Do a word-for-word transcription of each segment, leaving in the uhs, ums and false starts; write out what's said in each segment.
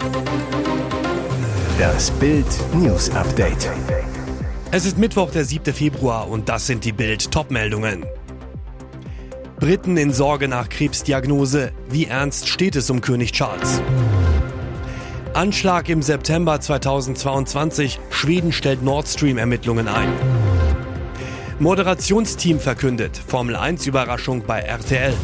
Das Bild News Update. Es ist Mittwoch, der siebte Februar und das sind die Bild-Top-Meldungen. Briten in Sorge nach Krebsdiagnose. Wie ernst steht es um König Charles? Anschlag im September zweitausendzweiundzwanzig. Schweden stellt Nord Stream-Ermittlungen ein. Moderationsteam verkündet. Formel eins Überraschung bei R T L.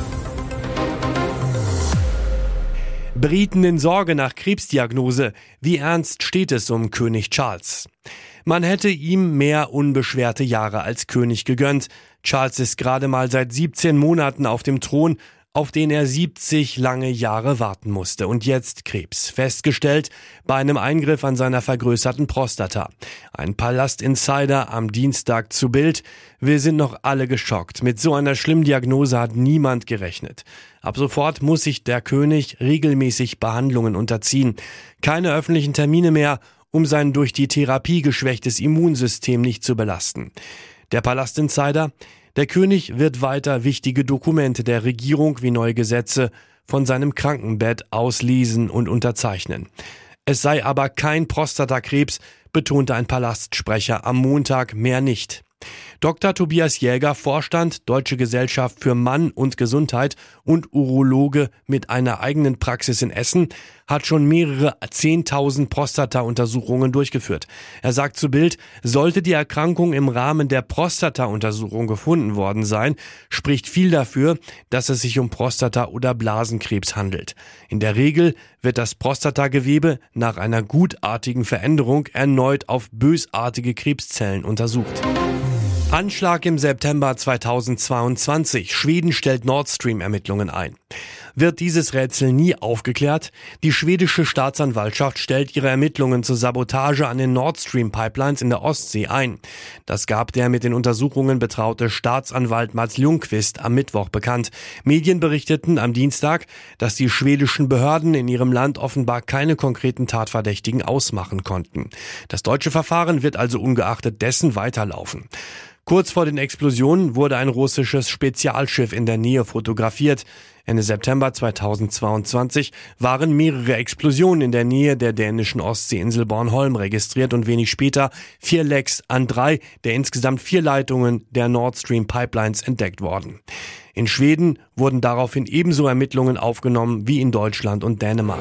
Briten in Sorge nach Krebsdiagnose. Wie ernst steht es um König Charles? Man hätte ihm mehr unbeschwerte Jahre als König gegönnt. Charles ist gerade mal seit siebzehn Monaten auf dem Thron, auf den er siebzig lange Jahre warten musste. Und jetzt Krebs. Festgestellt bei einem Eingriff an seiner vergrößerten Prostata. Ein Palast-Insider am Dienstag zu Bild. Wir sind noch alle geschockt. Mit so einer schlimmen Diagnose hat niemand gerechnet. Ab sofort muss sich der König regelmäßig Behandlungen unterziehen. Keine öffentlichen Termine mehr, um sein durch die Therapie geschwächtes Immunsystem nicht zu belasten. Der Palast-Insider: Der König wird weiter wichtige Dokumente der Regierung wie neue Gesetze von seinem Krankenbett auslesen und unterzeichnen. Es sei aber kein Prostatakrebs, betonte ein Palastsprecher am Montag, mehr nicht. Doktor Tobias Jäger, Vorstand Deutsche Gesellschaft für Mann und Gesundheit und Urologe mit einer eigenen Praxis in Essen, hat schon mehrere zehntausend Prostata-Untersuchungen durchgeführt. Er sagt zu Bild, sollte die Erkrankung im Rahmen der Prostata-Untersuchung gefunden worden sein, spricht viel dafür, dass es sich um Prostata- oder Blasenkrebs handelt. In der Regel wird das Prostatagewebe nach einer gutartigen Veränderung erneut auf bösartige Krebszellen untersucht. Anschlag im September zweitausendzweiundzwanzig. Schweden stellt Nord Stream-Ermittlungen ein. Wird dieses Rätsel nie aufgeklärt? Die schwedische Staatsanwaltschaft stellt ihre Ermittlungen zur Sabotage an den Nord Stream-Pipelines in der Ostsee ein. Das gab der mit den Untersuchungen betraute Staatsanwalt Mats Ljungqvist am Mittwoch bekannt. Medien berichteten am Dienstag, dass die schwedischen Behörden in ihrem Land offenbar keine konkreten Tatverdächtigen ausmachen konnten. Das deutsche Verfahren wird also ungeachtet dessen weiterlaufen. Kurz vor den Explosionen wurde ein russisches Spezialschiff in der Nähe fotografiert. Ende September zweitausendzweiundzwanzig waren mehrere Explosionen in der Nähe der dänischen Ostseeinsel Bornholm registriert und wenig später vier Lecks an drei der insgesamt vier Leitungen der Nord Stream Pipelines entdeckt worden. In Schweden wurden daraufhin ebenso Ermittlungen aufgenommen wie in Deutschland und Dänemark.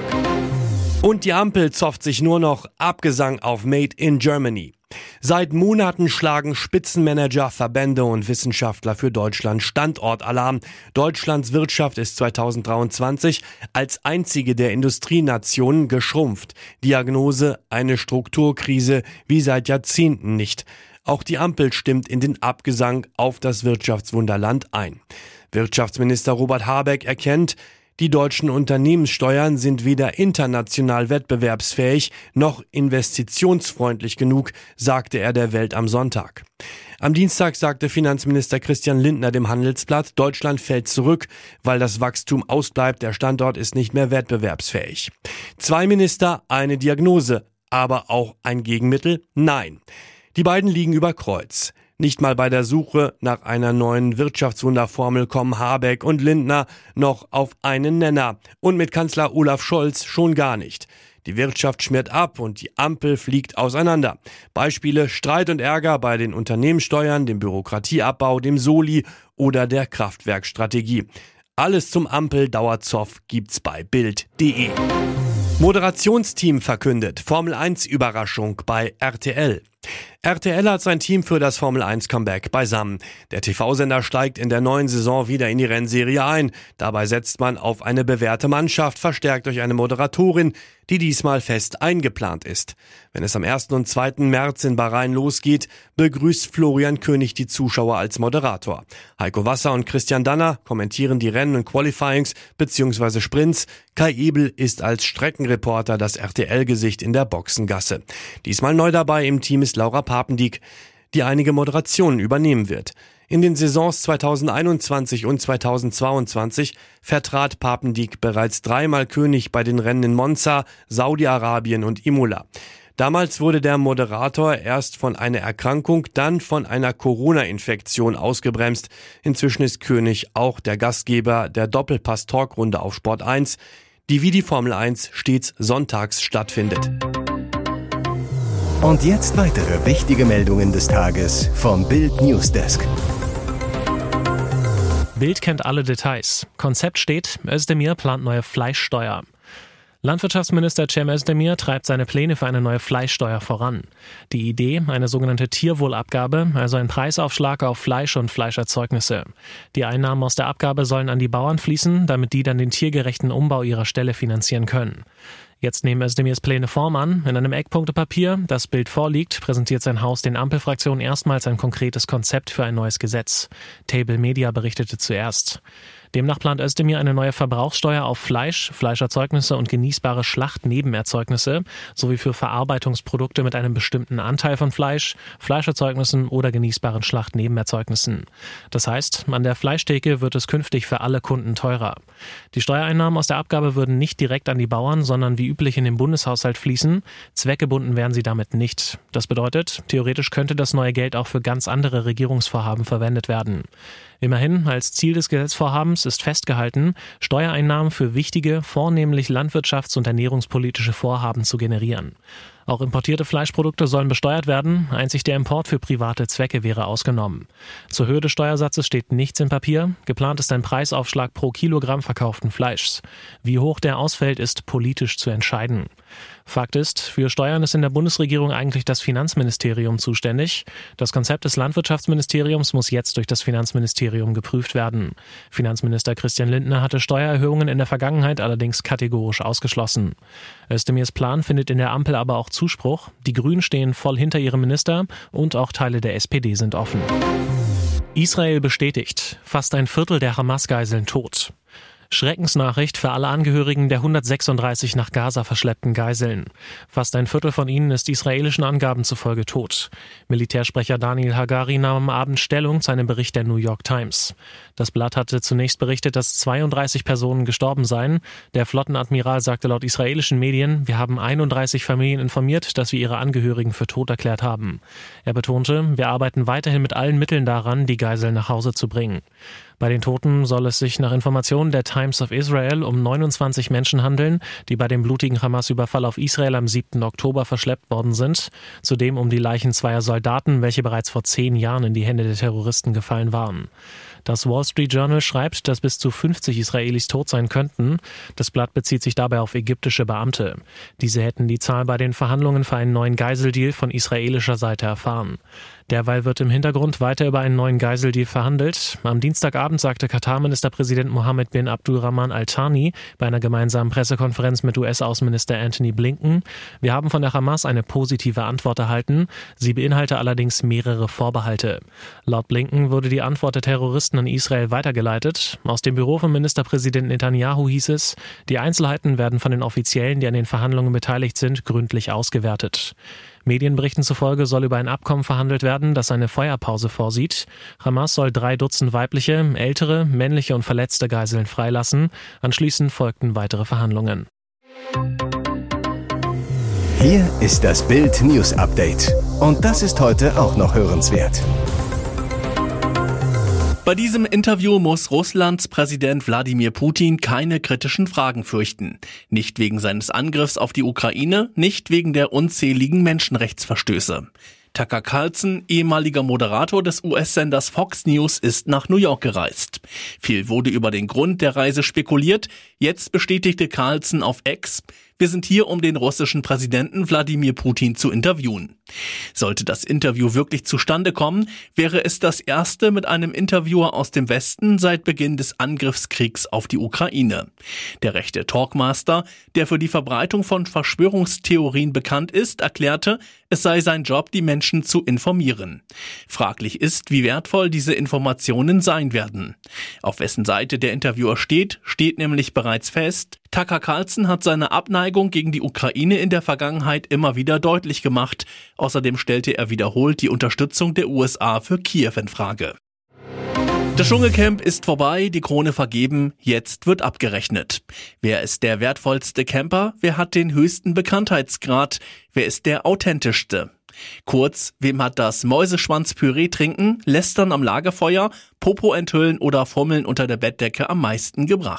Und die Ampel zofft sich nur noch: Abgesang auf Made in Germany. Seit Monaten schlagen Spitzenmanager, Verbände und Wissenschaftler für Deutschland Standortalarm. Deutschlands Wirtschaft ist zweitausenddreiundzwanzig als einzige der Industrienationen geschrumpft. Diagnose: eine Strukturkrise wie seit Jahrzehnten nicht. Auch die Ampel stimmt in den Abgesang auf das Wirtschaftswunderland ein. Wirtschaftsminister Robert Habeck erkennt, die deutschen Unternehmenssteuern sind weder international wettbewerbsfähig noch investitionsfreundlich genug, sagte er der Welt am Sonntag. Am Dienstag sagte Finanzminister Christian Lindner dem Handelsblatt, Deutschland fällt zurück, weil das Wachstum ausbleibt, der Standort ist nicht mehr wettbewerbsfähig. Zwei Minister, eine Diagnose, aber auch ein Gegenmittel? Nein. Die beiden liegen über Kreuz. Nicht mal bei der Suche nach einer neuen Wirtschaftswunderformel kommen Habeck und Lindner noch auf einen Nenner. Und mit Kanzler Olaf Scholz schon gar nicht. Die Wirtschaft schmiert ab und die Ampel fliegt auseinander. Beispiele: Streit und Ärger bei den Unternehmenssteuern, dem Bürokratieabbau, dem Soli oder der Kraftwerkstrategie. Alles zum Ampel-Dauerzoff gibt's bei Bild punkt de. Moderationsteam verkündet. Formel eins Überraschung bei R T L. R T L hat sein Team für das Formel eins Comeback beisammen. Der T V-Sender steigt in der neuen Saison wieder in die Rennserie ein. Dabei setzt man auf eine bewährte Mannschaft, verstärkt durch eine Moderatorin, die diesmal fest eingeplant ist. Wenn es am ersten und zweiten März in Bahrain losgeht, begrüßt Florian König die Zuschauer als Moderator. Heiko Wasser und Christian Danner kommentieren die Rennen und Qualifyings bzw. Sprints. Kai Ebel ist als Streckenreporter das R T L-Gesicht in der Boxengasse. Diesmal neu dabei im Team ist Laura Papendiek, die einige Moderationen übernehmen wird. In den Saisons zweitausendeinundzwanzig und zweitausendzweiundzwanzig vertrat Papendiek bereits dreimal König bei den Rennen in Monza, Saudi-Arabien und Imola. Damals wurde der Moderator erst von einer Erkrankung, dann von einer Corona-Infektion ausgebremst. Inzwischen ist König auch der Gastgeber der Doppelpass-Talkrunde auf Sport eins. die wie die Formel eins stets sonntags stattfindet. Und jetzt weitere wichtige Meldungen des Tages vom Bild Newsdesk. Bild kennt alle Details. Konzept steht, Özdemir plant neue Fleischsteuer. Landwirtschaftsminister Cem Özdemir treibt seine Pläne für eine neue Fleischsteuer voran. Die Idee, eine sogenannte Tierwohlabgabe, also ein Preisaufschlag auf Fleisch und Fleischerzeugnisse. Die Einnahmen aus der Abgabe sollen an die Bauern fließen, damit die dann den tiergerechten Umbau ihrer Ställe finanzieren können. Jetzt nehmen Özdemirs Pläne Form an. In einem Eckpunktepapier, das Bild vorliegt, präsentiert sein Haus den Ampelfraktionen erstmals ein konkretes Konzept für ein neues Gesetz. Table Media berichtete zuerst. Demnach plant Özdemir eine neue Verbrauchssteuer auf Fleisch, Fleischerzeugnisse und genießbare Schlachtnebenerzeugnisse sowie für Verarbeitungsprodukte mit einem bestimmten Anteil von Fleisch, Fleischerzeugnissen oder genießbaren Schlachtnebenerzeugnissen. Das heißt, an der Fleischtheke wird es künftig für alle Kunden teurer. Die Steuereinnahmen aus der Abgabe würden nicht direkt an die Bauern, sondern wie üblich in den Bundeshaushalt fließen. Zweckgebunden wären sie damit nicht. Das bedeutet, theoretisch könnte das neue Geld auch für ganz andere Regierungsvorhaben verwendet werden. Immerhin, als Ziel des Gesetzvorhabens ist festgehalten, Steuereinnahmen für wichtige, vornehmlich landwirtschafts- und ernährungspolitische Vorhaben zu generieren. Auch importierte Fleischprodukte sollen besteuert werden, einzig der Import für private Zwecke wäre ausgenommen. Zur Höhe des Steuersatzes steht nichts im Papier, geplant ist ein Preisaufschlag pro Kilogramm verkauften Fleischs. Wie hoch der ausfällt, ist politisch zu entscheiden. Fakt ist, für Steuern ist in der Bundesregierung eigentlich das Finanzministerium zuständig. Das Konzept des Landwirtschaftsministeriums muss jetzt durch das Finanzministerium geprüft werden. Finanzminister Christian Lindner hatte Steuererhöhungen in der Vergangenheit allerdings kategorisch ausgeschlossen. Özdemirs Plan findet in der Ampel aber auch Zuspruch. Die Grünen stehen voll hinter ihrem Minister und auch Teile der S P D sind offen. Israel bestätigt, fast ein Viertel der Hamas-Geiseln tot. Schreckensnachricht für alle Angehörigen der hundertsechsunddreißig nach Gaza verschleppten Geiseln. Fast ein Viertel von ihnen ist israelischen Angaben zufolge tot. Militärsprecher Daniel Hagari nahm am Abend Stellung zu einem Bericht der New York Times. Das Blatt hatte zunächst berichtet, dass zweiunddreißig Personen gestorben seien. Der Flottenadmiral sagte laut israelischen Medien, wir haben einunddreißig Familien informiert, dass wir ihre Angehörigen für tot erklärt haben. Er betonte, wir arbeiten weiterhin mit allen Mitteln daran, die Geiseln nach Hause zu bringen. Bei den Toten soll es sich nach Informationen der Times of Israel um neunundzwanzig Menschen handeln, die bei dem blutigen Hamas-Überfall auf Israel am siebten Oktober verschleppt worden sind. Zudem um die Leichen zweier Soldaten, welche bereits vor zehn Jahren in die Hände der Terroristen gefallen waren. Das Wall Street Journal schreibt, dass bis zu fünfzig Israelis tot sein könnten. Das Blatt bezieht sich dabei auf ägyptische Beamte. Diese hätten die Zahl bei den Verhandlungen für einen neuen Geiseldeal von israelischer Seite erfahren. Derweil wird im Hintergrund weiter über einen neuen Geiseldeal verhandelt. Am Dienstagabend sagte Katar-Ministerpräsident Mohammed bin Abdulrahman Al-Thani bei einer gemeinsamen Pressekonferenz mit U S-Außenminister Antony Blinken: Wir haben von der Hamas eine positive Antwort erhalten. Sie beinhalte allerdings mehrere Vorbehalte. Laut Blinken wurde die Antwort der Terroristen an Israel weitergeleitet. Aus dem Büro von Ministerpräsident Netanyahu hieß es, die Einzelheiten werden von den Offiziellen, die an den Verhandlungen beteiligt sind, gründlich ausgewertet. Medienberichten zufolge soll über ein Abkommen verhandelt werden, das eine Feuerpause vorsieht. Hamas soll drei Dutzend weibliche, ältere, männliche und verletzte Geiseln freilassen. Anschließend folgten weitere Verhandlungen. Hier ist das Bild News Update. Und das ist heute auch noch hörenswert. Bei diesem Interview muss Russlands Präsident Wladimir Putin keine kritischen Fragen fürchten. Nicht wegen seines Angriffs auf die Ukraine, nicht wegen der unzähligen Menschenrechtsverstöße. Tucker Carlson, ehemaliger Moderator des U S-Senders Fox News, ist nach New York gereist. Viel wurde über den Grund der Reise spekuliert. Jetzt bestätigte Carlson auf X: Wir sind hier, um den russischen Präsidenten Wladimir Putin zu interviewen. Sollte das Interview wirklich zustande kommen, wäre es das erste mit einem Interviewer aus dem Westen seit Beginn des Angriffskriegs auf die Ukraine. Der rechte Talkmaster, der für die Verbreitung von Verschwörungstheorien bekannt ist, erklärte, es sei sein Job, die Menschen zu informieren. Fraglich ist, wie wertvoll diese Informationen sein werden. Auf wessen Seite der Interviewer steht, steht nämlich bereits fest. Tucker Carlson hat seine Abneigung gegen die Ukraine in der Vergangenheit immer wieder deutlich gemacht. Außerdem stellte er wiederholt die Unterstützung der U S A für Kiew in Frage. Das Dschungelcamp ist vorbei, die Krone vergeben, jetzt wird abgerechnet. Wer ist der wertvollste Camper? Wer hat den höchsten Bekanntheitsgrad? Wer ist der authentischste? Kurz, wem hat das Mäuseschwanzpüree trinken, Lästern am Lagerfeuer, Popo enthüllen oder Fummeln unter der Bettdecke am meisten gebracht?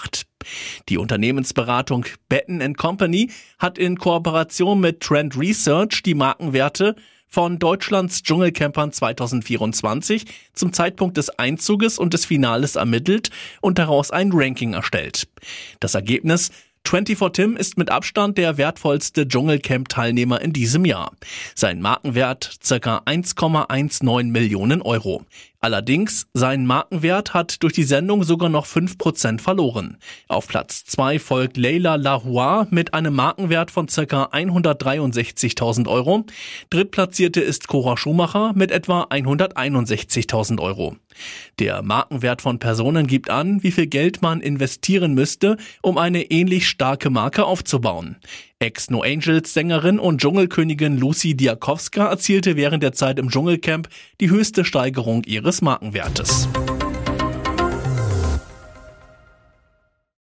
Die Unternehmensberatung Batten and Company hat in Kooperation mit Trend Research die Markenwerte von Deutschlands Dschungelcampern zwanzig vierundzwanzig zum Zeitpunkt des Einzuges und des Finales ermittelt und daraus ein Ranking erstellt. Das Ergebnis: vierundzwanzig Tim ist mit Abstand der wertvollste Dschungelcamp-Teilnehmer in diesem Jahr. Sein Markenwert ca. eins Komma neunzehn Millionen Euro. Allerdings, sein Markenwert hat durch die Sendung sogar noch fünf Prozent verloren. Auf Platz zwei folgt Leila Lahua mit einem Markenwert von ca. hundertdreiundsechzigtausend Euro. Drittplatzierte ist Cora Schumacher mit etwa hunderteinundsechzigtausend Euro. Der Markenwert von Personen gibt an, wie viel Geld man investieren müsste, um eine ähnlich starke Marke aufzubauen. Ex-No Angels-Sängerin und Dschungelkönigin Lucy Diakowska erzielte während der Zeit im Dschungelcamp die höchste Steigerung ihres Markenwertes.